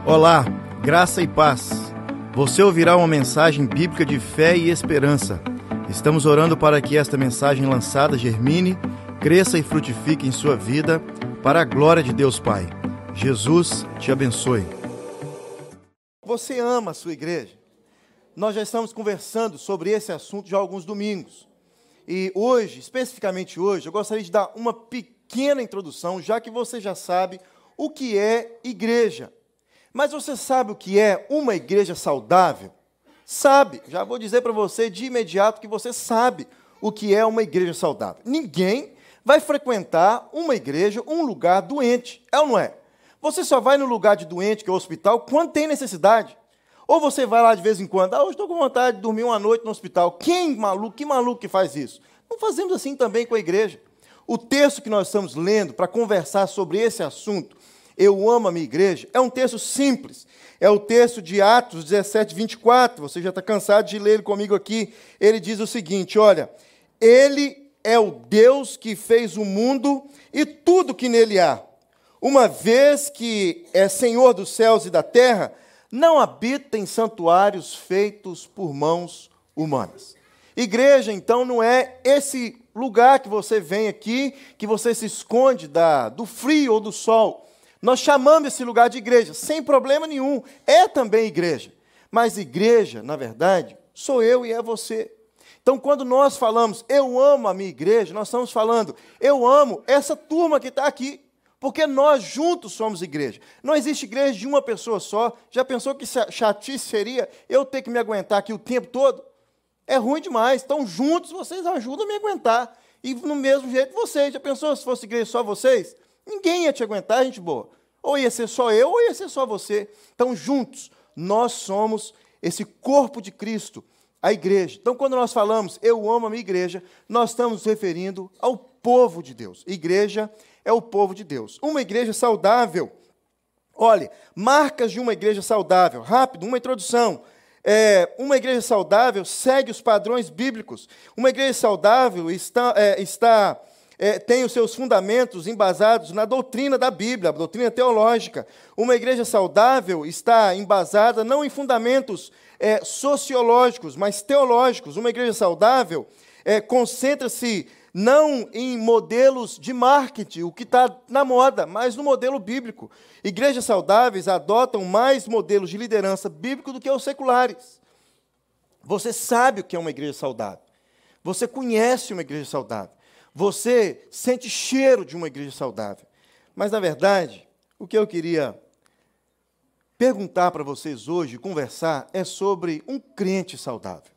Olá, graça e paz. Você ouvirá uma mensagem bíblica de fé e esperança. Estamos orando para que esta mensagem lançada germine, cresça e frutifique em sua vida, para a glória de Deus Pai. Jesus te abençoe. Você ama a sua igreja? Nós já estamos conversando sobre esse assunto já há alguns domingos. E hoje, especificamente hoje, eu gostaria de dar uma pequena introdução, já que você já sabe o que é igreja. Mas você sabe o que é uma igreja saudável? Sabe, já vou dizer para você de imediato que você sabe o que é uma igreja saudável. Ninguém vai frequentar uma igreja, um lugar doente, é ou não é? Você só vai no lugar de doente, que é o hospital, quando tem necessidade. Ou você vai lá de vez em quando, hoje estou com vontade de dormir uma noite no hospital. Que maluco que faz isso? Não fazemos assim também com a igreja. O texto que nós estamos lendo para conversar sobre esse assunto, eu amo a minha igreja, é um texto simples. É o texto de Atos 17, 24. Você já está cansado de ler ele comigo aqui. Ele diz o seguinte, olha, Ele é o Deus que fez o mundo e tudo que nele há. Uma vez que é Senhor dos céus e da terra, não habita em santuários feitos por mãos humanas. Igreja, então, não é esse lugar que você vem aqui, que você se esconde do frio ou do sol. Nós chamamos esse lugar de igreja, sem problema nenhum. É também igreja. Mas igreja, na verdade, sou eu e é você. Então, quando nós falamos, eu amo a minha igreja, nós estamos falando, eu amo essa turma que está aqui. Porque nós juntos somos igreja. Não existe igreja de uma pessoa só. Já pensou que chatice seria eu ter que me aguentar aqui o tempo todo? É ruim demais. Então, juntos, vocês ajudam a me aguentar. E, no mesmo jeito, vocês. Já pensou se fosse igreja só vocês? Ninguém ia te aguentar, gente boa. Ou ia ser só eu, ou ia ser só você. Então, juntos, nós somos esse corpo de Cristo, a igreja. Então, quando nós falamos, eu amo a minha igreja, nós estamos nos referindo ao povo de Deus. Igreja é o povo de Deus. Uma igreja saudável. Olhe, marcas de uma igreja saudável. Rápido, uma introdução. Uma igreja saudável segue os padrões bíblicos. Uma igreja saudável tem os seus fundamentos embasados na doutrina da Bíblia, a doutrina teológica. Uma igreja saudável está embasada não em fundamentos sociológicos, mas teológicos. Uma igreja saudável concentra-se não em modelos de marketing, o que está na moda, mas no modelo bíblico. Igrejas saudáveis adotam mais modelos de liderança bíblico do que os seculares. Você sabe o que é uma igreja saudável. Você conhece uma igreja saudável. Você sente cheiro de uma igreja saudável. Mas, na verdade, o que eu queria perguntar para vocês hoje, conversar, é sobre um crente saudável.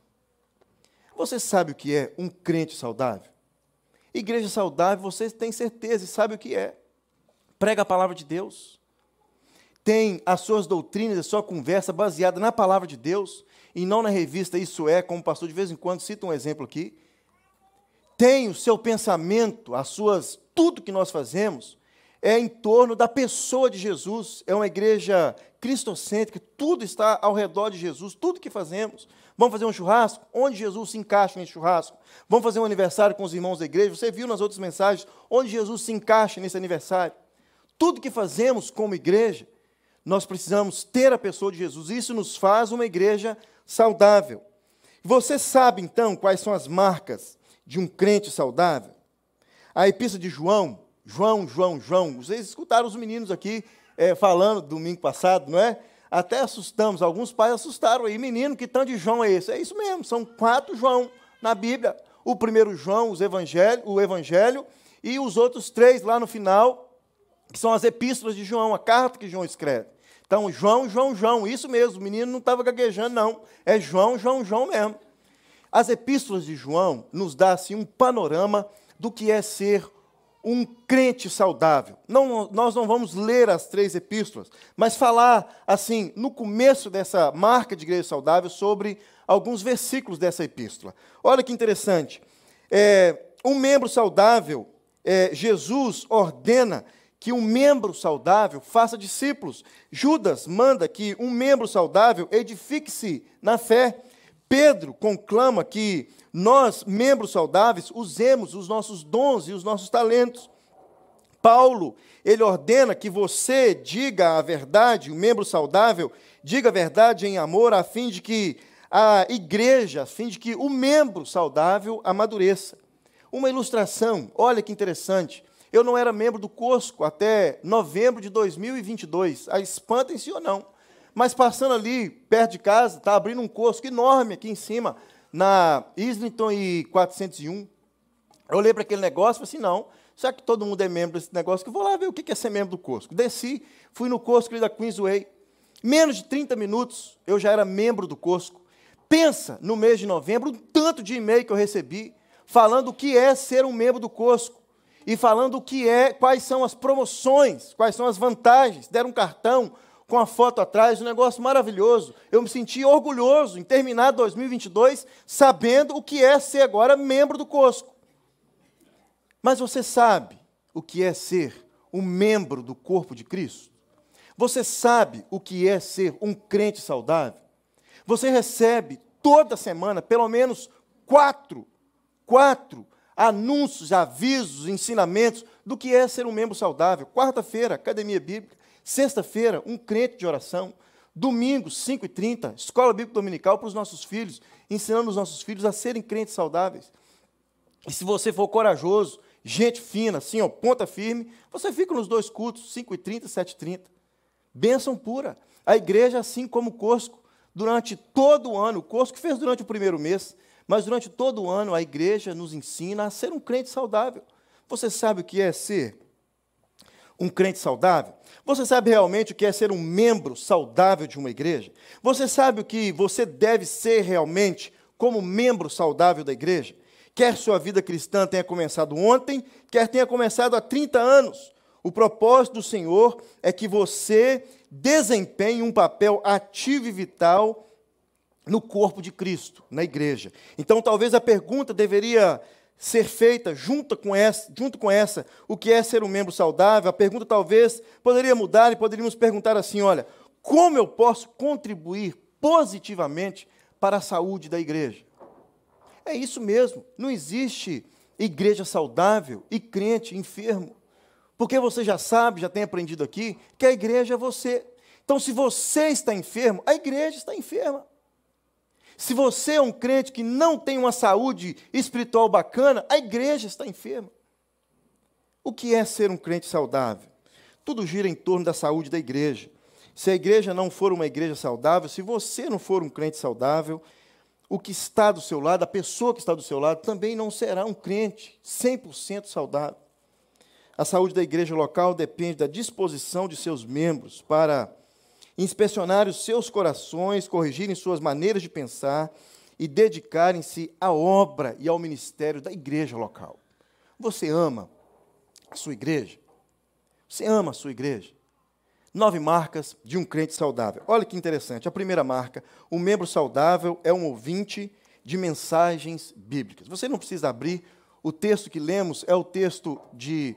Você sabe o que é um crente saudável? Igreja saudável, você tem certeza e sabe o que é. Prega a palavra de Deus. Tem as suas doutrinas, a sua conversa baseada na palavra de Deus, e não na revista Isso É, como o pastor de vez em quando cita um exemplo aqui. Tem o seu pensamento, tudo que nós fazemos é em torno da pessoa de Jesus. É uma igreja cristocêntrica, tudo está ao redor de Jesus, tudo que fazemos. Vamos fazer um churrasco? Onde Jesus se encaixa nesse churrasco? Vamos fazer um aniversário com os irmãos da igreja? Você viu nas outras mensagens onde Jesus se encaixa nesse aniversário? Tudo que fazemos como igreja, nós precisamos ter a pessoa de Jesus. Isso nos faz uma igreja saudável. Você sabe, então, quais são as marcas de um crente saudável? A epístola de João, vocês escutaram os meninos aqui falando domingo passado, não é? Até assustamos, alguns pais assustaram aí, menino, que tanto de João é esse? É isso mesmo, são 4 João na Bíblia. O primeiro João, o Evangelho, e os outros 3 lá no final, que são as epístolas de João, a carta que João escreve. Então, João, isso mesmo, o menino não estava gaguejando, não. É João mesmo. As epístolas de João nos dão assim, um panorama do que é ser um crente saudável. Nós não vamos ler as 3 epístolas, mas falar, assim, no começo dessa marca de igreja saudável, sobre alguns versículos dessa epístola. Olha que interessante. Um membro saudável, Jesus ordena que um membro saudável faça discípulos. Judas manda que um membro saudável edifique-se na fé. Pedro conclama que nós, membros saudáveis, usemos os nossos dons e os nossos talentos. Paulo, ele ordena que você diga a verdade, o membro saudável, diga a verdade em amor, a fim de que a igreja, a fim de que o membro saudável amadureça. Uma ilustração, olha que interessante. Eu não era membro do COSCO até novembro de 2022. Espantem-se ou não. Mas passando ali, perto de casa, está abrindo um COSCO enorme aqui em cima, na Islington e 401. Eu olhei para aquele negócio e falei assim, não, será que todo mundo é membro desse negócio? Que eu vou lá ver o que é ser membro do COSCO. Desci, fui no COSCO ali da Queensway. Menos de 30 minutos, eu já era membro do COSCO. Pensa, no mês de novembro, o tanto de e-mail que eu recebi, falando o que é ser um membro do COSCO. E falando o que é, quais são as promoções, quais são as vantagens. Deram um cartão com a foto atrás, um negócio maravilhoso. Eu me senti orgulhoso em terminar 2022 sabendo o que é ser agora membro do COSCO. Mas você sabe o que é ser um membro do corpo de Cristo? Você sabe o que é ser um crente saudável? Você recebe toda semana pelo menos quatro anúncios, avisos, ensinamentos do que é ser um membro saudável. Quarta-feira, academia bíblica. Sexta-feira, um crente de oração. Domingo, 5h30, escola bíblica dominical para os nossos filhos, ensinando os nossos filhos a serem crentes saudáveis. E se você for corajoso, gente fina, assim, ó, ponta firme, você fica nos 2 cultos, 5h30 e 7h30. Bênção pura. A igreja, assim como o COSCO, durante todo o ano, o COSCO fez durante o primeiro mês, mas durante todo o ano a igreja nos ensina a ser um crente saudável. Você sabe o que é ser um crente saudável? Você sabe realmente o que é ser um membro saudável de uma igreja? Você sabe o que você deve ser realmente como membro saudável da igreja? Quer sua vida cristã tenha começado ontem, quer tenha começado há 30 anos. O propósito do Senhor é que você desempenhe um papel ativo e vital no corpo de Cristo, na igreja. Então, talvez a pergunta deveria ser feita junto com essa, o que é ser um membro saudável? A pergunta talvez poderia mudar e poderíamos perguntar assim, olha, como eu posso contribuir positivamente para a saúde da igreja? É isso mesmo, não existe igreja saudável e crente enfermo. Porque você já sabe, já tem aprendido aqui, que a igreja é você. Então, se você está enfermo, a igreja está enferma. Se você é um crente que não tem uma saúde espiritual bacana, a igreja está enferma. O que é ser um crente saudável? Tudo gira em torno da saúde da igreja. Se a igreja não for uma igreja saudável, se você não for um crente saudável, o que está do seu lado, a pessoa que está do seu lado, também não será um crente 100% saudável. A saúde da igreja local depende da disposição de seus membros para inspecionar os seus corações, corrigirem suas maneiras de pensar e dedicarem-se à obra e ao ministério da igreja local. Você ama a sua igreja? Você ama a sua igreja? 9 marcas de um crente saudável. Olha que interessante. A primeira marca, um membro saudável é um ouvinte de mensagens bíblicas. Você não precisa abrir. O texto que lemos é o texto de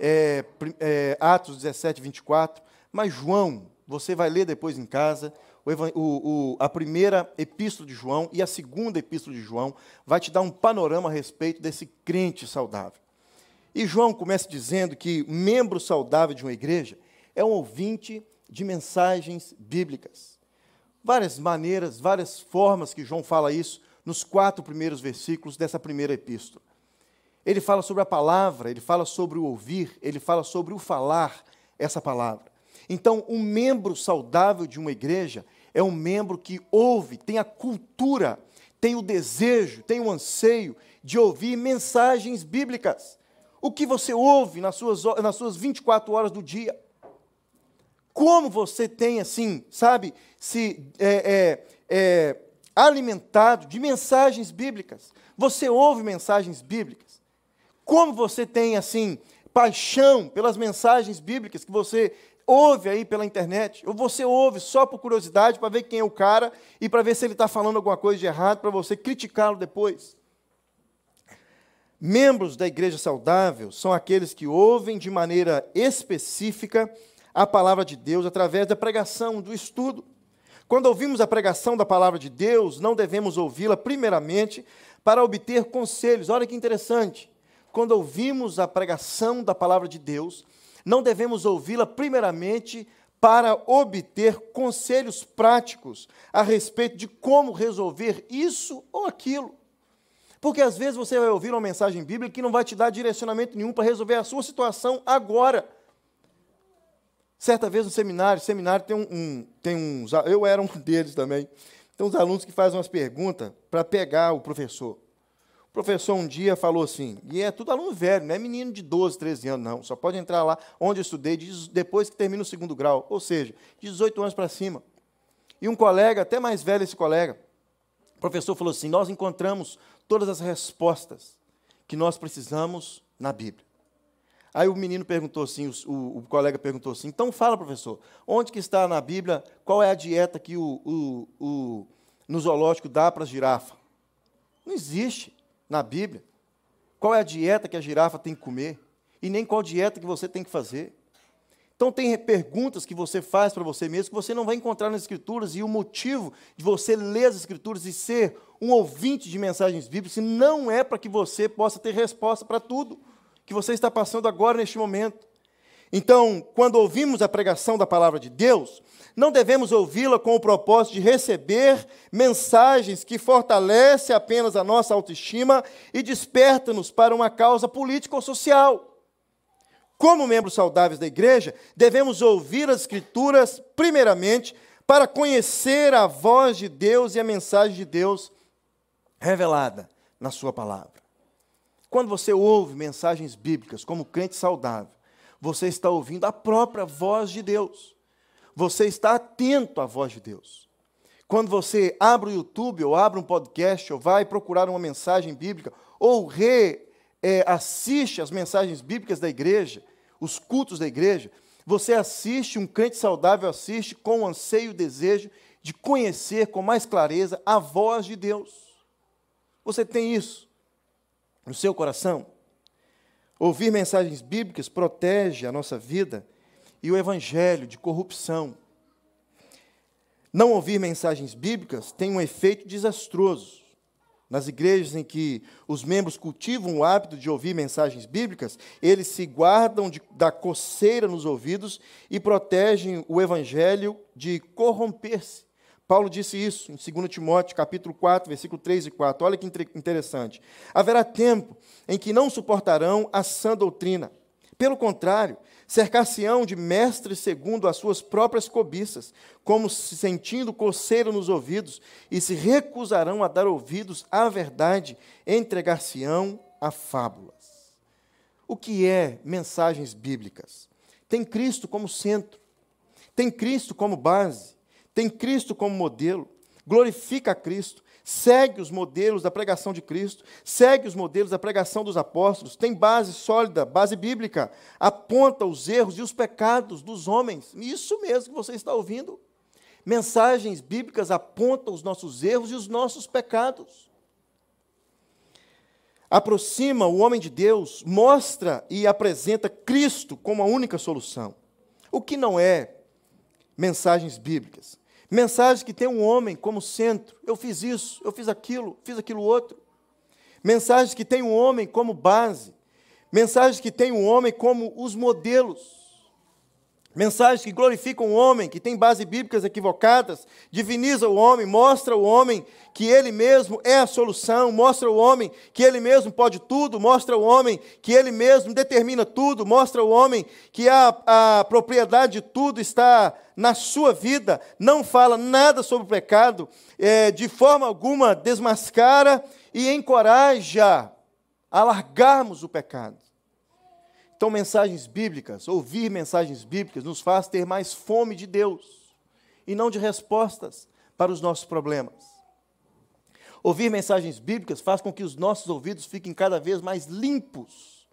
Atos 17, 24. Mas João, você vai ler depois em casa, a primeira epístola de João e a segunda epístola de João vai te dar um panorama a respeito desse crente saudável. E João começa dizendo que membro saudável de uma igreja é um ouvinte de mensagens bíblicas. Várias maneiras, várias formas que João fala isso nos 4 primeiros versículos dessa primeira epístola. Ele fala sobre a palavra, ele fala sobre o ouvir, ele fala sobre o falar essa palavra. Então, um membro saudável de uma igreja é um membro que ouve, tem a cultura, tem o desejo, tem o anseio de ouvir mensagens bíblicas. O que você ouve nas suas 24 horas do dia? Como você tem, assim, sabe, se alimentado de mensagens bíblicas? Você ouve mensagens bíblicas? Como você tem, assim, paixão pelas mensagens bíblicas que você ouve aí pela internet? Ou você ouve só por curiosidade, para ver quem é o cara e para ver se ele está falando alguma coisa de errado, para você criticá-lo depois? Membros da igreja saudável são aqueles que ouvem de maneira específica a palavra de Deus através da pregação, do estudo. Quando ouvimos a pregação da palavra de Deus, não devemos ouvi-la primeiramente para obter conselhos. Olha que interessante. Quando ouvimos a pregação da palavra de Deus, Não devemos ouvi-la primeiramente para obter conselhos práticos a respeito de como resolver isso ou aquilo. Porque às vezes você vai ouvir uma mensagem bíblica que não vai te dar direcionamento nenhum para resolver a sua situação agora. Certa vez no seminário tem uns, eu era um deles também, tem uns alunos que fazem umas perguntas para pegar o professor. O professor um dia falou assim, e é tudo aluno velho, não é menino de 12, 13 anos, não. Só pode entrar lá onde eu estudei depois que termina o 2º grau, ou seja, de 18 anos para cima. E um colega, até mais velho esse colega, o professor falou assim, nós encontramos todas as respostas que nós precisamos na Bíblia. Aí o menino perguntou assim, o colega perguntou assim, então fala, professor, onde que está na Bíblia, qual é a dieta que no zoológico dá para a girafa? Não existe na Bíblia. Qual é a dieta que a girafa tem que comer? E nem qual dieta que você tem que fazer. Então, tem perguntas que você faz para você mesmo que você não vai encontrar nas Escrituras, e o motivo de você ler as Escrituras e ser um ouvinte de mensagens bíblicas não é para que você possa ter resposta para tudo que você está passando agora, neste momento. Então, quando ouvimos a pregação da palavra de Deus, não devemos ouvi-la com o propósito de receber mensagens que fortalecem apenas a nossa autoestima e despertam-nos para uma causa política ou social. Como membros saudáveis da igreja, devemos ouvir as Escrituras, primeiramente, para conhecer a voz de Deus e a mensagem de Deus revelada na sua palavra. Quando você ouve mensagens bíblicas como crente saudável, você está ouvindo a própria voz de Deus. Você está atento à voz de Deus. Quando você abre o YouTube, ou abre um podcast, ou vai procurar uma mensagem bíblica, ou assiste as mensagens bíblicas da igreja, os cultos da igreja, você assiste, um crente saudável assiste com o anseio e desejo de conhecer com mais clareza a voz de Deus. Você tem isso no seu coração? Ouvir mensagens bíblicas protege a nossa vida e o evangelho de corrupção. Não ouvir mensagens bíblicas tem um efeito desastroso. Nas igrejas em que os membros cultivam o hábito de ouvir mensagens bíblicas, eles se guardam da coceira nos ouvidos e protegem o evangelho de corromper-se. Paulo disse isso em 2 Timóteo, capítulo 4, versículo 3 e 4. Olha que interessante. Haverá tempo em que não suportarão a sã doutrina. Pelo contrário, cercar-se-ão de mestres segundo as suas próprias cobiças, como se sentindo coceira nos ouvidos, e se recusarão a dar ouvidos à verdade, entregar-se-ão a fábulas. O que é mensagens bíblicas? Tem Cristo como centro, tem Cristo como base, tem Cristo como modelo, glorifica a Cristo, segue os modelos da pregação de Cristo, segue os modelos da pregação dos apóstolos, tem base sólida, base bíblica, aponta os erros e os pecados dos homens. Isso mesmo que você está ouvindo. Mensagens bíblicas apontam os nossos erros e os nossos pecados. Aproxima o homem de Deus, mostra e apresenta Cristo como a única solução. O que não é mensagens bíblicas? Mensagens que tem um homem como centro. Eu fiz isso, eu fiz aquilo outro. Mensagens que tem um homem como base. Mensagens que tem um homem como os modelos. Mensagens que glorificam o homem, que tem bases bíblicas equivocadas, diviniza o homem, mostra o homem que ele mesmo é a solução, mostra o homem que ele mesmo pode tudo, mostra o homem que ele mesmo determina tudo, mostra o homem que a propriedade de tudo está na sua vida, não fala nada sobre o pecado, de forma alguma desmascara e encoraja a largarmos o pecado. Então, mensagens bíblicas, ouvir mensagens bíblicas nos faz ter mais fome de Deus e não de respostas para os nossos problemas. Ouvir mensagens bíblicas faz com que os nossos ouvidos fiquem cada vez mais limpos,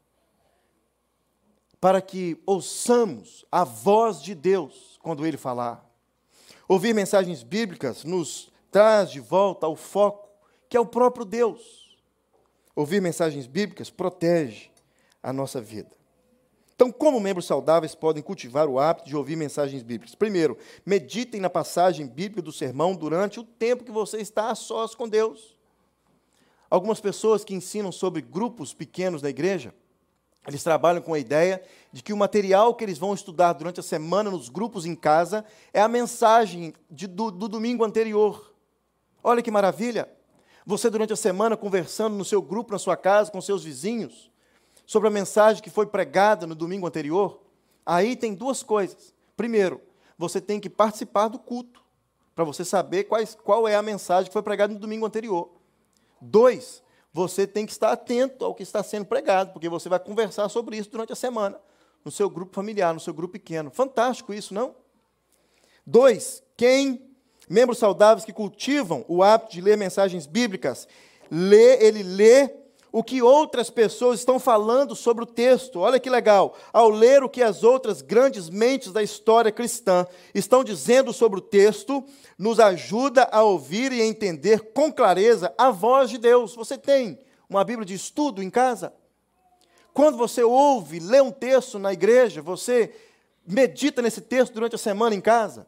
para que ouçamos a voz de Deus quando Ele falar. Ouvir mensagens bíblicas nos traz de volta ao foco, que é o próprio Deus. Ouvir mensagens bíblicas protege a nossa vida. Então, como membros saudáveis podem cultivar o hábito de ouvir mensagens bíblicas? Primeiro, meditem na passagem bíblica do sermão durante o tempo que você está a sós com Deus. Algumas pessoas que ensinam sobre grupos pequenos da igreja, Eles trabalham com a ideia de que o material que eles vão estudar durante a semana nos grupos em casa é a mensagem do domingo anterior. Olha que maravilha! Você, durante a semana, conversando no seu grupo, na sua casa, com seus vizinhos, sobre a mensagem que foi pregada no domingo anterior, aí tem duas coisas. Primeiro, você tem que participar do culto, para você saber qual é a mensagem que foi pregada no domingo anterior. 2, você tem que estar atento ao que está sendo pregado, porque você vai conversar sobre isso durante a semana, no seu grupo familiar, no seu grupo pequeno. Fantástico isso, não? 2, membros saudáveis que cultivam o hábito de ler mensagens bíblicas, ele lê o que outras pessoas estão falando sobre o texto. Olha que legal. Ao ler o que as outras grandes mentes da história cristã estão dizendo sobre o texto, nos ajuda a ouvir e a entender com clareza a voz de Deus. Você tem uma Bíblia de estudo em casa? Quando você ouve, lê um texto na igreja, você medita nesse texto durante a semana em casa?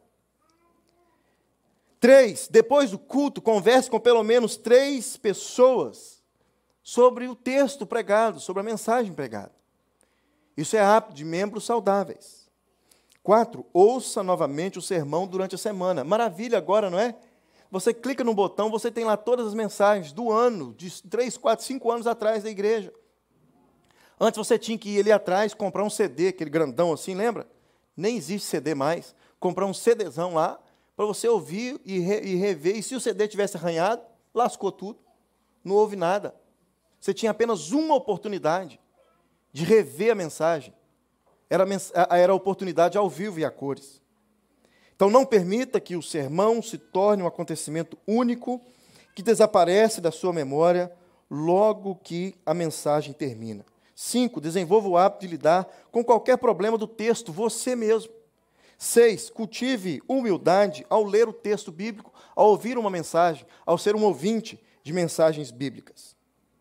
3, depois do culto, converse com pelo menos 3 pessoas sobre o texto pregado, sobre a mensagem pregada. Isso é hábito de membros saudáveis. 4, ouça novamente o sermão durante a semana. Maravilha agora, não é? Você clica no botão, você tem lá todas as mensagens do ano, de 3, 4, 5 anos atrás da igreja. Antes você tinha que ir ali atrás, comprar um CD, aquele grandão assim, lembra? Nem existe CD mais. Comprar um CDzão lá, para você ouvir e rever. E se o CD tivesse arranhado, lascou tudo. Não houve nada. Você tinha apenas uma oportunidade de rever a mensagem. Era a oportunidade ao vivo e a cores. Então, não permita que o sermão se torne um acontecimento único que desaparece da sua memória logo que a mensagem termina. 5, desenvolva o hábito de lidar com qualquer problema do texto, você mesmo. 6, cultive humildade ao ler o texto bíblico, ao ouvir uma mensagem, ao ser um ouvinte de mensagens bíblicas.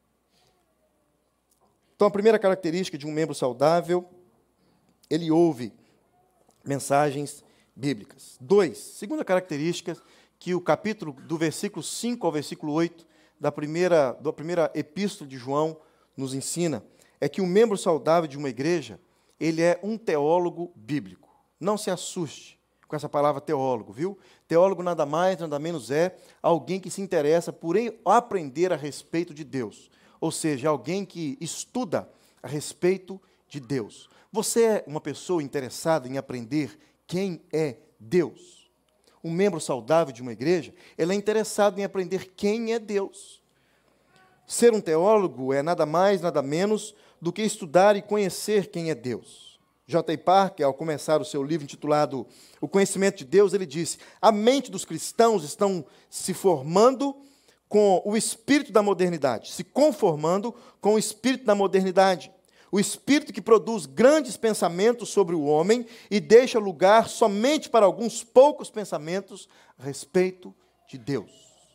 Então, a primeira característica de um membro saudável, ele ouve mensagens bíblicas. 2, segunda característica que o capítulo do versículo 5 ao versículo 8 da primeira epístola de João nos ensina, é que um membro saudável de uma igreja, ele é um teólogo bíblico. Não se assuste com essa palavra teólogo, viu? Teólogo nada mais, nada menos é alguém que se interessa por aprender a respeito de Deus. Ou seja, alguém que estuda a respeito de Deus. Você é uma pessoa interessada em aprender quem é Deus? Um membro saudável de uma igreja, ele é interessado em aprender quem é Deus. Ser um teólogo é nada mais, nada menos do que estudar e conhecer quem é Deus. J. Parker, ao começar o seu livro intitulado O Conhecimento de Deus, ele disse: a mente dos cristãos estão se formando com o espírito da modernidade, se conformando com o espírito da modernidade. O espírito que produz grandes pensamentos sobre o homem e deixa lugar somente para alguns poucos pensamentos a respeito de Deus.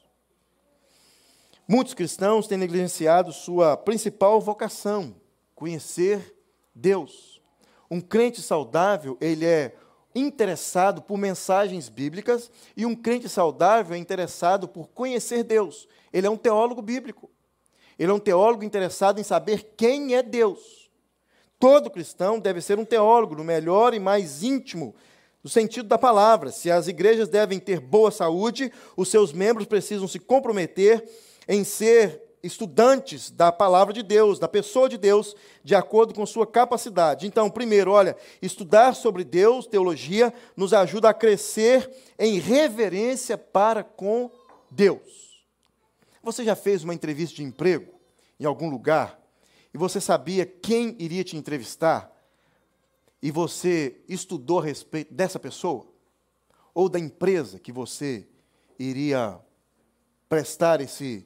Muitos cristãos têm negligenciado sua principal vocação, conhecer Deus. Um crente saudável, ele é interessado por mensagens bíblicas e um crente saudável é interessado por conhecer Deus. Ele é um teólogo bíblico. Ele é um teólogo interessado em saber quem é Deus. Todo cristão deve ser um teólogo, no melhor e mais íntimo no sentido da palavra. Se as igrejas devem ter boa saúde, os seus membros precisam se comprometer em ser estudantes da palavra de Deus, da pessoa de Deus, de acordo com sua capacidade. Então, primeiro, estudar sobre Deus, teologia, nos ajuda a crescer em reverência para com Deus. Você já fez uma entrevista de emprego em algum lugar e você sabia quem iria te entrevistar e você estudou a respeito dessa pessoa? Ou da empresa que você iria prestar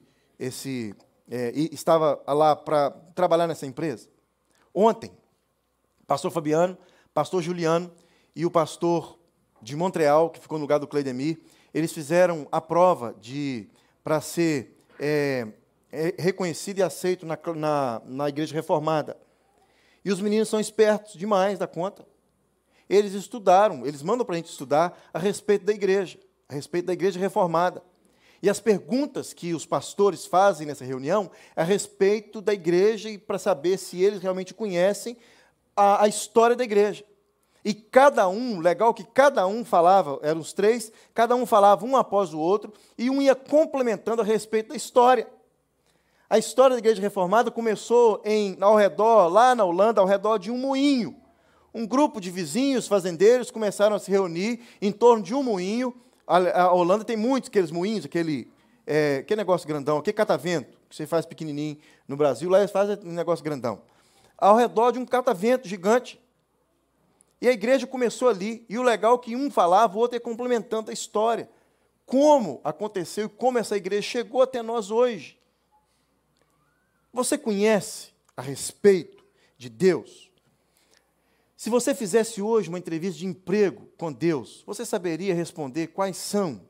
estava lá para trabalhar nessa empresa? Ontem, pastor Fabiano, pastor Juliano e o pastor de Montreal, que ficou no lugar do Cleidemir, eles fizeram a prova para ser reconhecido e aceito na igreja reformada. E os meninos são espertos demais da conta. Eles estudaram, eles mandam para a gente estudar a respeito da igreja reformada. E as perguntas que os pastores fazem nessa reunião é a respeito da igreja e para saber se eles realmente conhecem a história da igreja. E cada um, legal que cada um falava, eram os três, cada um falava um após o outro, e um ia complementando a respeito da história. A história da Igreja Reformada começou ao redor, lá na Holanda, ao redor de um moinho. Um grupo de vizinhos fazendeiros começaram a se reunir em torno de um moinho. A Holanda tem muitos aqueles moinhos, aquele negócio grandão, aquele catavento, que você faz pequenininho no Brasil, lá eles fazem um negócio grandão. Ao redor de um catavento gigante. E a igreja começou ali, e o legal é que um falava, o outro ia complementando a história. Como aconteceu e como essa igreja chegou até nós hoje. Você conhece a respeito de Deus? Se você fizesse hoje uma entrevista de emprego com Deus, você saberia responder quais são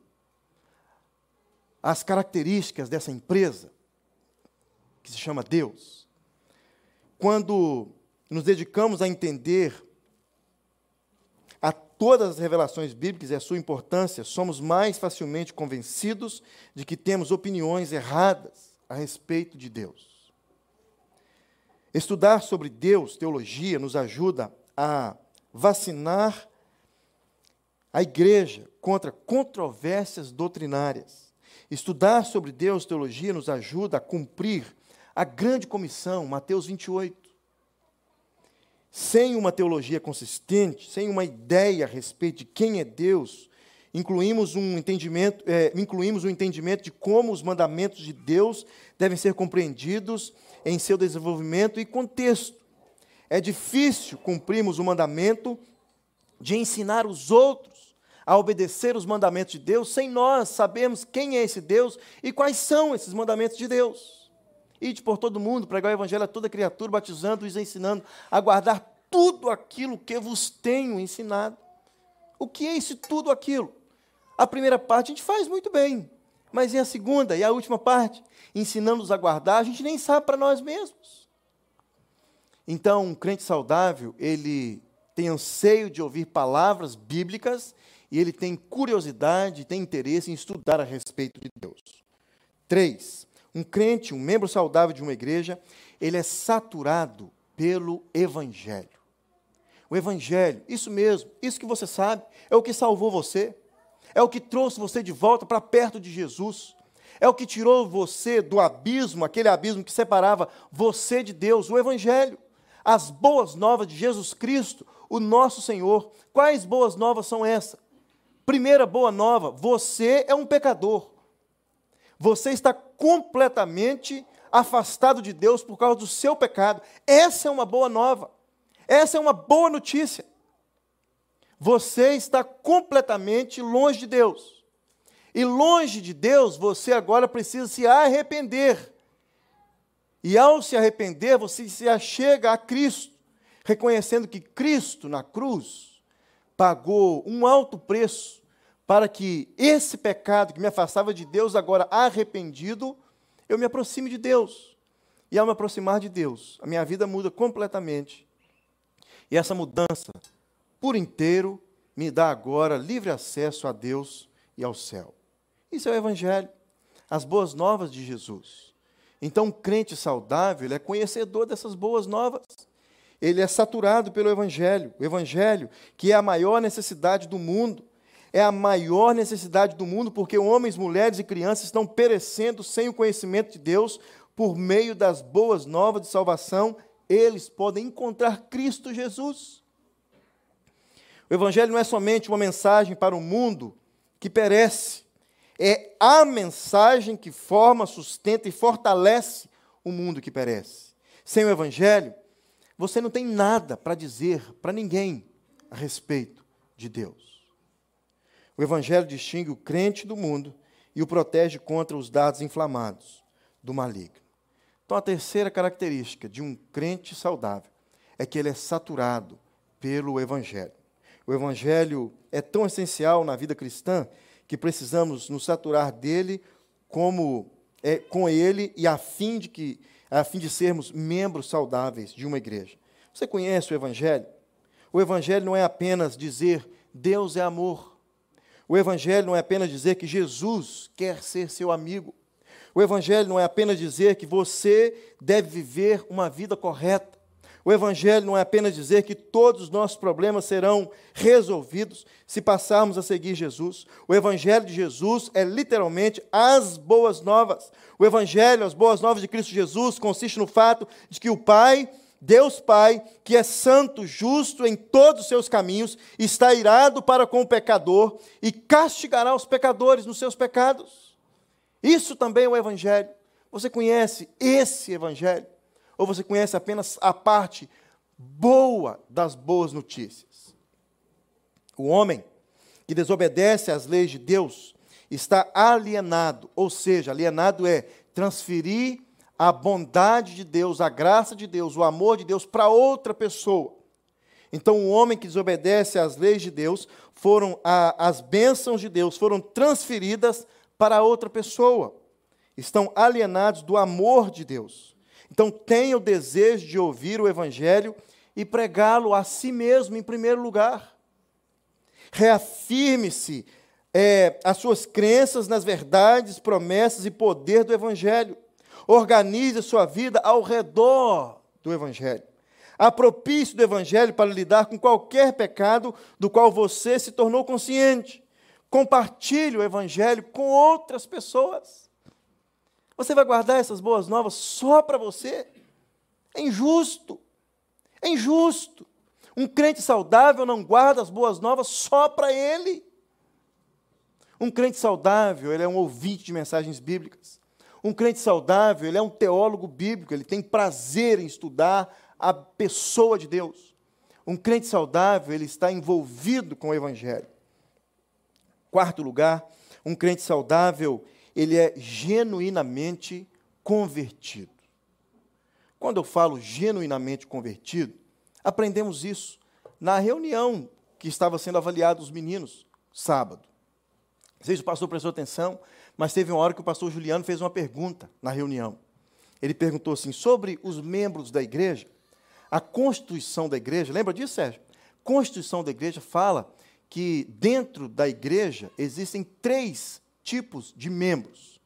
as características dessa empresa que se chama Deus? Quando nos dedicamos a entender a todas as revelações bíblicas e a sua importância, somos mais facilmente convencidos de que temos opiniões erradas a respeito de Deus. Estudar sobre Deus, teologia, nos ajuda a vacinar a igreja contra controvérsias doutrinárias. Estudar sobre Deus, teologia, nos ajuda a cumprir a grande comissão, Mateus 28. Sem uma teologia consistente, sem uma ideia a respeito de quem é Deus, incluímos um entendimento de como os mandamentos de Deus devem ser compreendidos em seu desenvolvimento e contexto. É difícil cumprirmos o mandamento de ensinar os outros a obedecer os mandamentos de Deus sem nós sabermos quem é esse Deus e quais são esses mandamentos de Deus. Ide por todo mundo, pregar o evangelho a toda criatura, batizando-os e ensinando a guardar tudo aquilo que vos tenho ensinado. O que é esse tudo aquilo? A primeira parte a gente faz muito bem, mas e a segunda e a última parte? Ensinando-os a guardar, a gente nem sabe para nós mesmos. Então, um crente saudável, ele tem anseio de ouvir palavras bíblicas e ele tem curiosidade, tem interesse em estudar a respeito de Deus. 3. Um crente, um membro saudável de uma igreja, ele é saturado pelo Evangelho. O Evangelho, isso mesmo, isso que você sabe, é o que salvou você, é o que trouxe você de volta para perto de Jesus, é o que tirou você do abismo, aquele abismo que separava você de Deus, o Evangelho. As boas novas de Jesus Cristo, o nosso Senhor. Quais boas novas são essas? Primeira boa nova, você é um pecador. Você está completamente afastado de Deus por causa do seu pecado. Essa é uma boa nova. Essa é uma boa notícia. Você está completamente longe de Deus. E longe de Deus, você agora precisa se arrepender. E ao se arrepender, você se achega a Cristo, reconhecendo que Cristo, na cruz, pagou um alto preço para que esse pecado que me afastava de Deus, agora arrependido, eu me aproxime de Deus. E ao me aproximar de Deus, a minha vida muda completamente. E essa mudança, por inteiro, me dá agora livre acesso a Deus e ao céu. Isso é o Evangelho, as boas novas de Jesus. Então, um crente saudável, ele é conhecedor dessas boas novas. Ele é saturado pelo Evangelho. O Evangelho, que é a maior necessidade do mundo. É a maior necessidade do mundo porque homens, mulheres e crianças estão perecendo sem o conhecimento de Deus. Por meio das boas novas de salvação, eles podem encontrar Cristo Jesus. O Evangelho não é somente uma mensagem para o mundo que perece. É a mensagem que forma, sustenta e fortalece o mundo que perece. Sem o Evangelho, você não tem nada para dizer para ninguém a respeito de Deus. O Evangelho distingue o crente do mundo e o protege contra os dardos inflamados do maligno. Então, a terceira característica de um crente saudável é que ele é saturado pelo Evangelho. O Evangelho é tão essencial na vida cristã que precisamos nos saturar dele com ele e a fim de sermos membros saudáveis de uma igreja. Você conhece o Evangelho? O Evangelho não é apenas dizer Deus é amor. O Evangelho não é apenas dizer que Jesus quer ser seu amigo. O Evangelho não é apenas dizer que você deve viver uma vida correta. O Evangelho não é apenas dizer que todos os nossos problemas serão resolvidos se passarmos a seguir Jesus. O Evangelho de Jesus é literalmente as boas novas. O Evangelho, as boas novas de Cristo Jesus, consiste no fato de que o Pai, Deus Pai, que é santo, justo em todos os seus caminhos, está irado para com o pecador e castigará os pecadores nos seus pecados. Isso também é o Evangelho. Você conhece esse Evangelho? Ou você conhece apenas a parte boa das boas notícias? O homem que desobedece às leis de Deus está alienado, ou seja, alienado é transferir a bondade de Deus, a graça de Deus, o amor de Deus para outra pessoa. Então, o homem que desobedece às leis de Deus, as bênçãos de Deus foram transferidas para outra pessoa. Estão alienados do amor de Deus. Então, tenha o desejo de ouvir o Evangelho e pregá-lo a si mesmo em primeiro lugar. Reafirme-se as suas crenças nas verdades, promessas e poder do Evangelho. Organize a sua vida ao redor do Evangelho. Apropie-se do Evangelho para lidar com qualquer pecado do qual você se tornou consciente. Compartilhe o Evangelho com outras pessoas. Você vai guardar essas boas novas só para você? É injusto. É injusto. Um crente saudável não guarda as boas novas só para ele. Um crente saudável, ele é um ouvinte de mensagens bíblicas. Um crente saudável, ele é um teólogo bíblico, ele tem prazer em estudar a pessoa de Deus. Um crente saudável, ele está envolvido com o Evangelho. Quarto lugar, um crente saudável, ele é genuinamente convertido. Quando eu falo genuinamente convertido, aprendemos isso na reunião que estava sendo avaliado os meninos, sábado. Não sei se o pastor prestou atenção, mas teve uma hora que o pastor Juliano fez uma pergunta na reunião. Ele perguntou assim, sobre os membros da igreja, a Constituição da igreja, lembra disso, Sérgio? A Constituição da igreja fala que dentro da igreja existem 3 tipos de membros.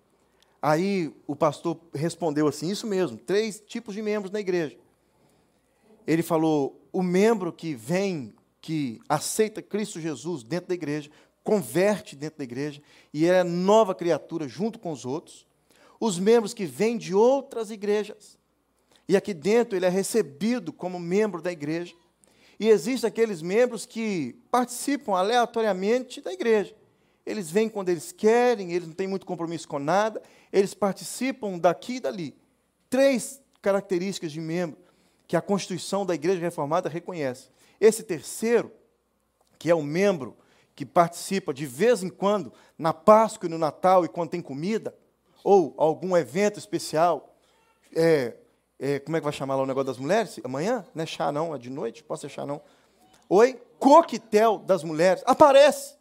Aí o pastor respondeu assim, isso mesmo, 3 tipos de membros na igreja. Ele falou, o membro que vem, que aceita Cristo Jesus dentro da igreja, converte dentro da igreja, e é nova criatura junto com os outros. Os membros que vêm de outras igrejas, e aqui dentro ele é recebido como membro da igreja. E existem aqueles membros que participam aleatoriamente da igreja. Eles vêm quando eles querem, eles não têm muito compromisso com nada, eles participam daqui e dali. 3 características de membro que a Constituição da Igreja Reformada reconhece. Esse terceiro, que é o membro que participa de vez em quando, na Páscoa e no Natal, e quando tem comida, ou algum evento especial, como é que vai chamar lá o negócio das mulheres? Amanhã? Não é chá não, é de noite? Pode ser chá não. Oi? Coquetel das mulheres. Aparece.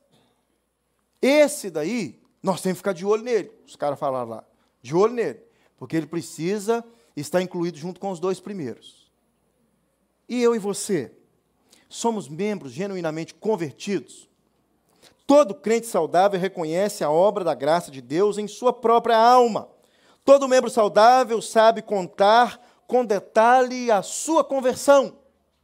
Esse daí, nós temos que ficar de olho nele. Os caras falaram lá. De olho nele. Porque ele precisa estar incluído junto com os 2 primeiros. E eu e você? Somos membros genuinamente convertidos? Todo crente saudável reconhece a obra da graça de Deus em sua própria alma. Todo membro saudável sabe contar com detalhe a sua conversão.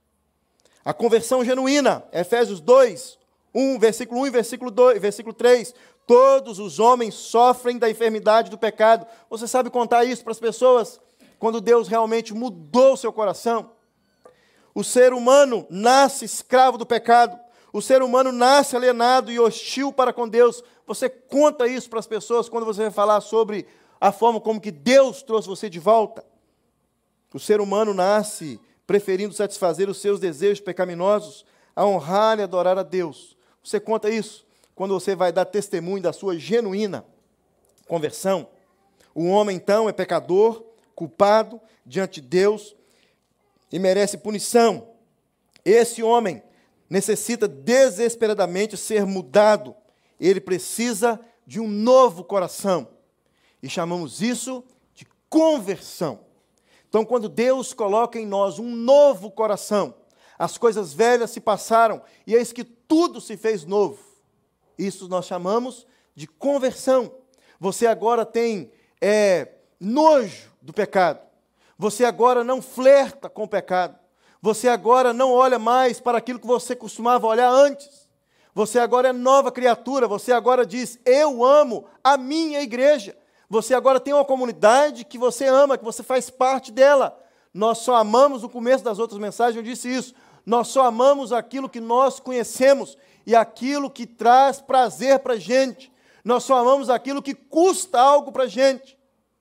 A conversão genuína, Efésios 2, 1, versículo 1 e versículo 3. Todos os homens sofrem da enfermidade do pecado. Você sabe contar isso para as pessoas? Quando Deus realmente mudou o seu coração? O ser humano nasce escravo do pecado. O ser humano nasce alienado e hostil para com Deus. Você conta isso para as pessoas quando você vai falar sobre a forma como que Deus trouxe você de volta. O ser humano nasce preferindo satisfazer os seus desejos pecaminosos a honrar e adorar a Deus. Você conta isso quando você vai dar testemunho da sua genuína conversão. O homem, então, é pecador, culpado diante de Deus e merece punição. Esse homem necessita desesperadamente ser mudado. Ele precisa de um novo coração. E chamamos isso de conversão. Então, quando Deus coloca em nós um novo coração, as coisas velhas se passaram e eis que tudo se fez novo. Isso nós chamamos de conversão. Você agora tem nojo do pecado. Você agora não flerta com o pecado. Você agora não olha mais para aquilo que você costumava olhar antes. Você agora é nova criatura. Você agora diz, eu amo a minha igreja. Você agora tem uma comunidade que você ama, que você faz parte dela. Nós só amamos, no começo das outras mensagens eu disse isso, nós só amamos aquilo que nós conhecemos e aquilo que traz prazer para a gente. Nós só amamos aquilo que custa algo para a gente.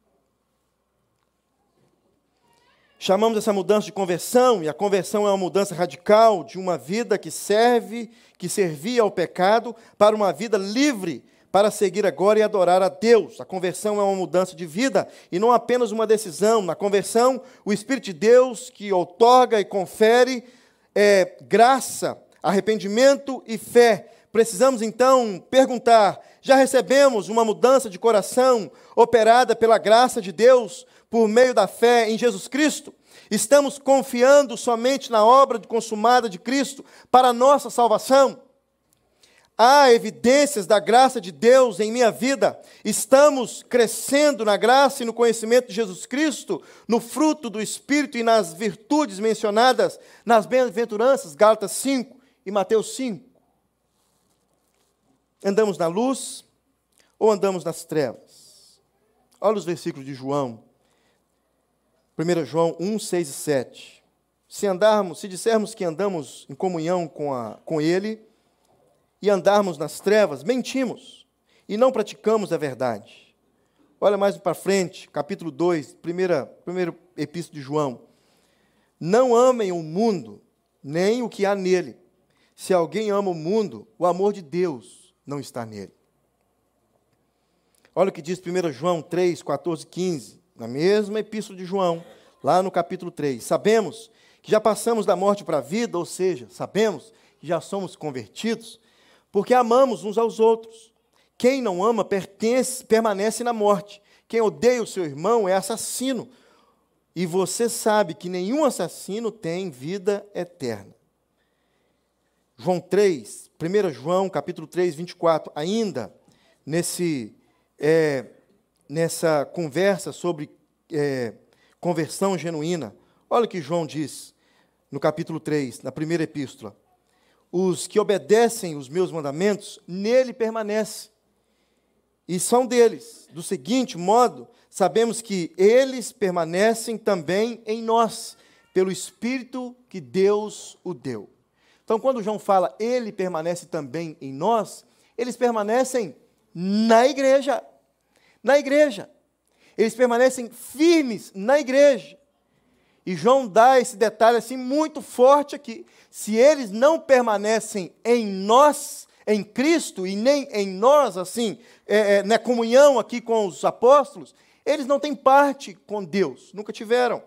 Chamamos essa mudança de conversão, e a conversão é uma mudança radical de uma vida que servia ao pecado, para uma vida livre, para seguir agora e adorar a Deus. A conversão é uma mudança de vida, e não apenas uma decisão. Na conversão, o Espírito de Deus que outorga e confere graça, arrependimento e fé. Precisamos, então, perguntar, já recebemos uma mudança de coração operada pela graça de Deus por meio da fé em Jesus Cristo? Estamos confiando somente na obra consumada de Cristo para a nossa salvação? Há evidências da graça de Deus em minha vida? Estamos crescendo na graça e no conhecimento de Jesus Cristo, no fruto do Espírito e nas virtudes mencionadas nas bem-aventuranças, Gálatas 5 e Mateus 5? Andamos na luz ou andamos nas trevas? Olha os versículos de João. 1 João 1, 6 e 7. Se dissermos que andamos em comunhão com Ele e andarmos nas trevas, mentimos e não praticamos a verdade. Olha mais para frente, capítulo 2, primeiro epístola de João. Não amem o mundo, nem o que há nele. Se alguém ama o mundo, o amor de Deus não está nele. Olha o que diz 1 João 3, 14 e 15, na mesma epístola de João, lá no capítulo 3. Sabemos que já passamos da morte para a vida, ou seja, sabemos que já somos convertidos, porque amamos uns aos outros. Quem não ama permanece na morte. Quem odeia o seu irmão é assassino. E você sabe que nenhum assassino tem vida eterna. João 3, 1 João, capítulo 3, 24, ainda nessa conversa sobre conversão genuína, olha o que João diz no capítulo 3, na primeira epístola. Os que obedecem os meus mandamentos, nele permanecem, e são deles. Do seguinte modo, sabemos que eles permanecem também em nós, pelo Espírito que Deus o deu. Então, quando João fala, ele permanece também em nós, eles permanecem na igreja. Na igreja. Eles permanecem firmes na igreja. E João dá esse detalhe assim muito forte aqui. Se eles não permanecem em nós, em Cristo, e nem em nós, assim, na comunhão aqui com os apóstolos, eles não têm parte com Deus, nunca tiveram.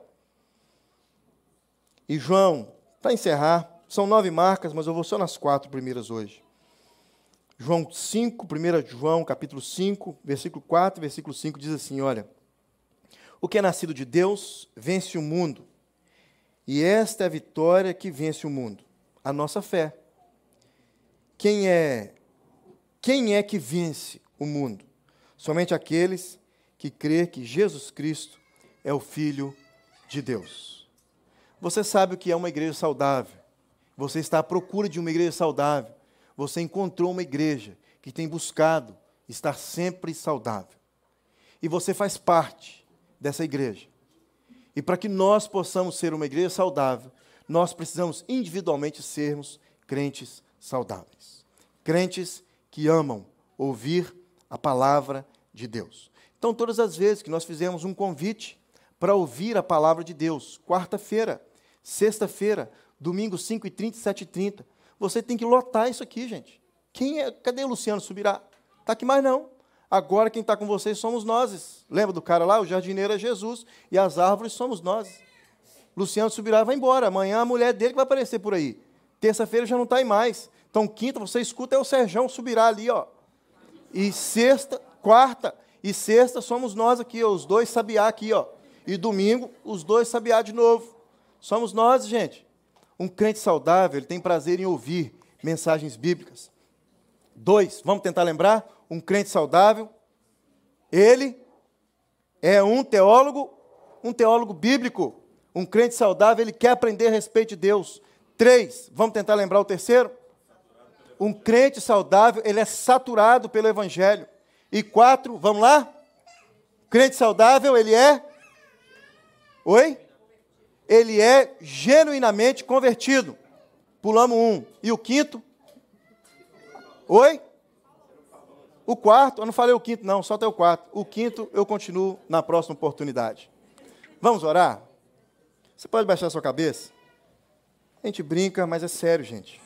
E João, para encerrar, são 9 marcas, mas eu vou só nas 4 primeiras hoje. João 5, 1 João, capítulo 5, versículo 4, versículo 5, diz assim, olha, o que é nascido de Deus vence o mundo, e esta é a vitória que vence o mundo, a nossa fé. Quem é que vence o mundo? Somente aqueles que crê que Jesus Cristo é o Filho de Deus. Você sabe o que é uma igreja saudável. Você está à procura de uma igreja saudável. Você encontrou uma igreja que tem buscado estar sempre saudável. E você faz parte dessa igreja. E para que nós possamos ser uma igreja saudável, nós precisamos individualmente sermos crentes saudáveis. Crentes que amam ouvir a palavra de Deus. Então, todas as vezes que nós fizemos um convite para ouvir a palavra de Deus, quarta-feira, sexta-feira, domingo 5h30, 7h30, você tem que lotar isso aqui, gente. Cadê o Luciano Subirá? Está aqui mais não. Agora quem está com vocês somos nós. Lembra do cara lá? O jardineiro é Jesus e as árvores somos nós. Luciano Subirá vai embora. Amanhã a mulher dele que vai aparecer por aí. Terça-feira já não está aí mais. Então quinta você escuta é o Serjão Subirá ali, ó. E quarta e sexta somos nós aqui, ó, os dois sabiá aqui, ó. E domingo os dois sabiá de novo. Somos nós, gente. Um crente saudável, ele tem prazer em ouvir mensagens bíblicas. 2, vamos tentar lembrar? Um crente saudável, ele é um teólogo bíblico. Um crente saudável, ele quer aprender a respeito de Deus. 3, vamos tentar lembrar o terceiro? Um crente saudável, ele é saturado pelo Evangelho. E 4, vamos lá? Crente saudável, ele é? Oi? Ele é genuinamente convertido. Pulamos 1. E o 5º? Oi? O 4º, eu não falei o 5º não, só até o 4º. O 5º eu continuo na próxima oportunidade. Vamos orar? Você pode baixar a sua cabeça? A gente brinca, mas é sério, gente.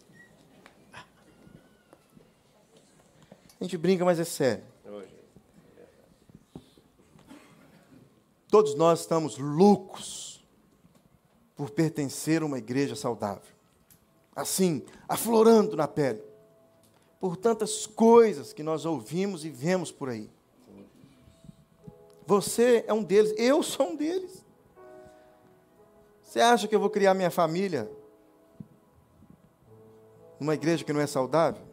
A gente brinca, mas é sério. Todos nós estamos loucos por pertencer a uma igreja saudável. Assim, aflorando na pele. Por tantas coisas que nós ouvimos e vemos por aí. Você é um deles, eu sou um deles. Você acha que eu vou criar minha família numa igreja que não é saudável?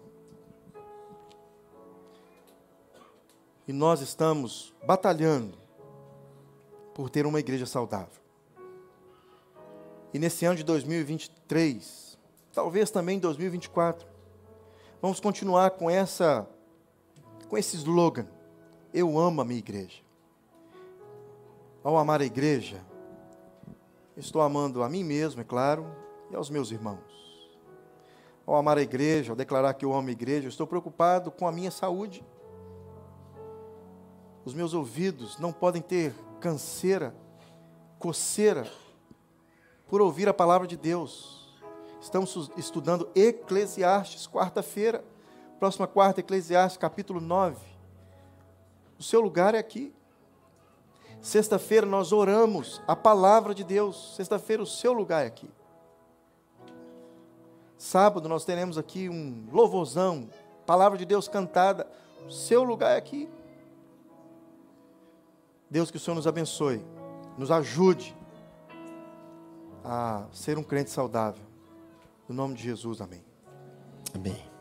E nós estamos batalhando por ter uma igreja saudável. E nesse ano de 2023, talvez também em 2024, vamos continuar com esse slogan: eu amo a minha igreja. Ao amar a igreja, estou amando a mim mesmo, é claro, e aos meus irmãos. Ao amar a igreja, ao declarar que eu amo a igreja, eu estou preocupado com a minha saúde. Os meus ouvidos não podem ter canseira, coceira, por ouvir a palavra de Deus. Estamos estudando Eclesiastes, quarta-feira, próxima quarta, Eclesiastes, capítulo 9. O seu lugar é aqui. Sexta-feira nós oramos a palavra de Deus. Sexta-feira o seu lugar é aqui. Sábado nós teremos aqui um louvorzão, palavra de Deus cantada. O seu lugar é aqui. Deus, que o Senhor nos abençoe, nos ajude a ser um crente saudável. No nome de Jesus, amém. Amém.